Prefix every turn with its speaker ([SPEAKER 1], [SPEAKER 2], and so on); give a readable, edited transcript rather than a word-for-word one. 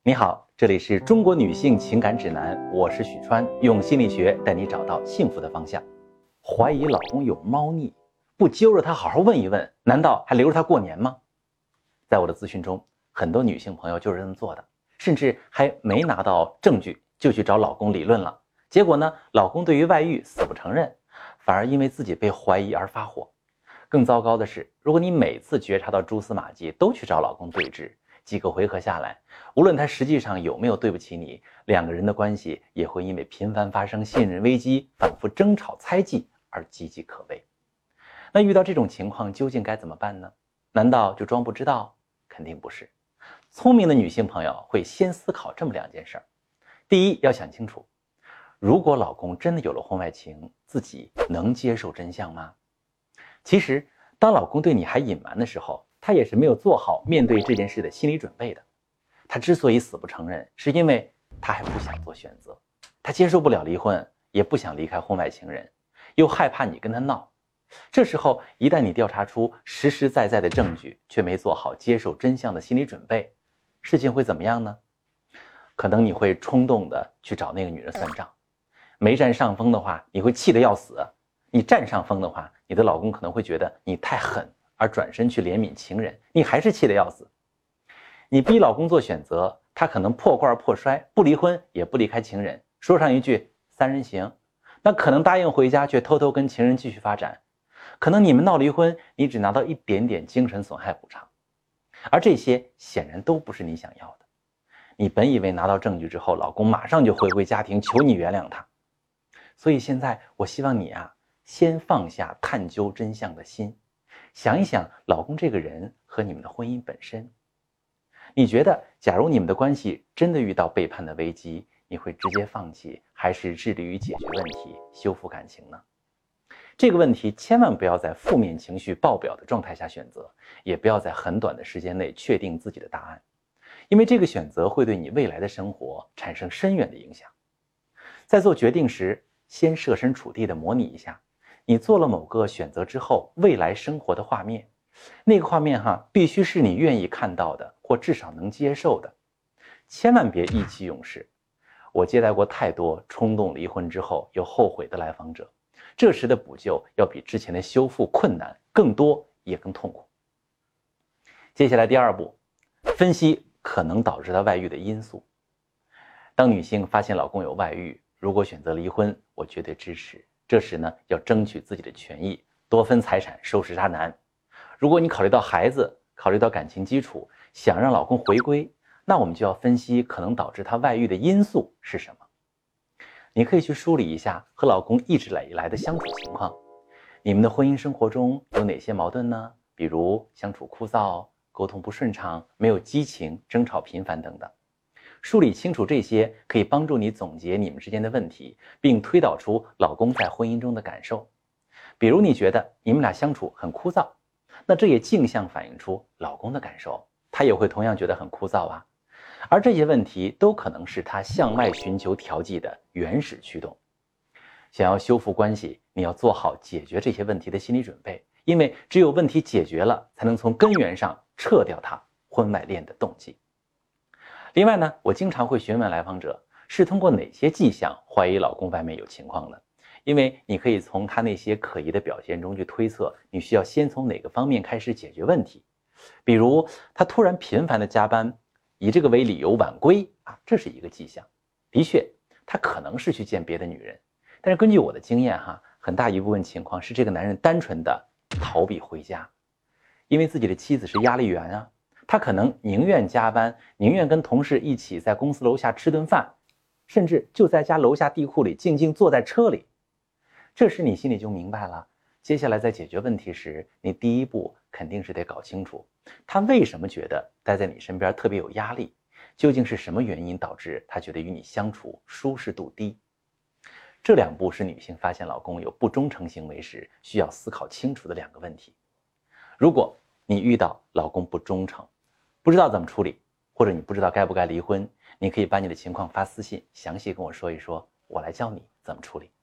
[SPEAKER 1] 你好，这里是中国女性情感指南，我是许川，用心理学带你找到幸福的方向。怀疑老公有猫腻，不揪着他好好问一问，难道还留着他过年吗？在我的咨询中，很多女性朋友就是这么做的，甚至还没拿到证据就去找老公理论了。结果呢，老公对于外遇死不承认，反而因为自己被怀疑而发火。更糟糕的是，如果你每次觉察到蛛丝马迹都去找老公对峙，几个回合下来，无论他实际上有没有对不起你，两个人的关系也会因为频繁发生信任危机、反复争吵、猜忌而岌岌可危。那遇到这种情况究竟该怎么办呢？难道就装不知道？肯定不是。聪明的女性朋友会先思考这么两件事儿。第一，要想清楚，如果老公真的有了婚外情，自己能接受真相吗？其实，当老公对你还隐瞒的时候，他也是没有做好面对这件事的心理准备的。他之所以死不承认，是因为他还不想做选择，他接受不了离婚，也不想离开婚外情人，又害怕你跟他闹。这时候，一旦你调查出实实在在的证据，却没做好接受真相的心理准备，事情会怎么样呢？可能你会冲动的去找那个女人算账，没占上风的话，你会气得要死；你占上风的话，你的老公可能会觉得你太狠，而转身去怜悯情人，你还是气得要死。你逼老公做选择，他可能破罐破摔，不离婚也不离开情人，说上一句三人行，那可能答应回家，却偷偷跟情人继续发展。可能你们闹离婚，你只拿到一点点精神损害补偿，而这些显然都不是你想要的。你本以为拿到证据之后，老公马上就回归家庭，求你原谅他。所以现在我希望你先放下探究真相的心，想一想老公这个人和你们的婚姻本身。你觉得假如你们的关系真的遇到背叛的危机，你会直接放弃，还是致力于解决问题，修复感情呢？这个问题千万不要在负面情绪爆表的状态下选择，也不要在很短的时间内确定自己的答案，因为这个选择会对你未来的生活产生深远的影响。在做决定时，先设身处地的模拟一下，你做了某个选择之后，未来生活的画面，那个画面必须是你愿意看到的，或至少能接受的。千万别意气用事。我接待过太多冲动离婚之后又后悔的来访者，这时的补救要比之前的修复困难更多，也更痛苦。接下来第二步，分析可能导致他外遇的因素。当女性发现老公有外遇，如果选择离婚，我绝对支持。这时呢，要争取自己的权益，多分财产，收拾渣男。如果你考虑到孩子，考虑到感情基础，想让老公回归，那我们就要分析可能导致他外遇的因素是什么。你可以去梳理一下和老公一直以来的相处情况，你们的婚姻生活中有哪些矛盾呢？比如相处枯燥、沟通不顺畅、没有激情、争吵频繁等等。梳理清楚这些，可以帮助你总结你们之间的问题，并推导出老公在婚姻中的感受。比如你觉得你们俩相处很枯燥，那这也镜像反映出老公的感受，他也会同样觉得很枯燥啊。而这些问题都可能是他向外寻求调剂的原始驱动。想要修复关系，你要做好解决这些问题的心理准备，因为只有问题解决了，才能从根源上撤掉他婚外恋的动机。另外呢，我经常会询问来访者是通过哪些迹象怀疑老公外面有情况的，因为你可以从他那些可疑的表现中去推测你需要先从哪个方面开始解决问题。比如他突然频繁的加班，以这个为理由晚归这是一个迹象。的确，他可能是去见别的女人，但是根据我的经验很大一部分情况是这个男人单纯的逃避回家，因为自己的妻子是压力源他可能宁愿加班，宁愿跟同事一起在公司楼下吃顿饭，甚至就在家楼下地库里静静坐在车里。这时你心里就明白了，接下来在解决问题时，你第一步肯定是得搞清楚他为什么觉得待在你身边特别有压力，究竟是什么原因导致他觉得与你相处舒适度低。这两步是女性发现老公有不忠诚行为时需要思考清楚的两个问题。如果你遇到老公不忠诚，不知道怎么处理，或者你不知道该不该离婚，你可以把你的情况发私信，详细跟我说一说，我来教你怎么处理。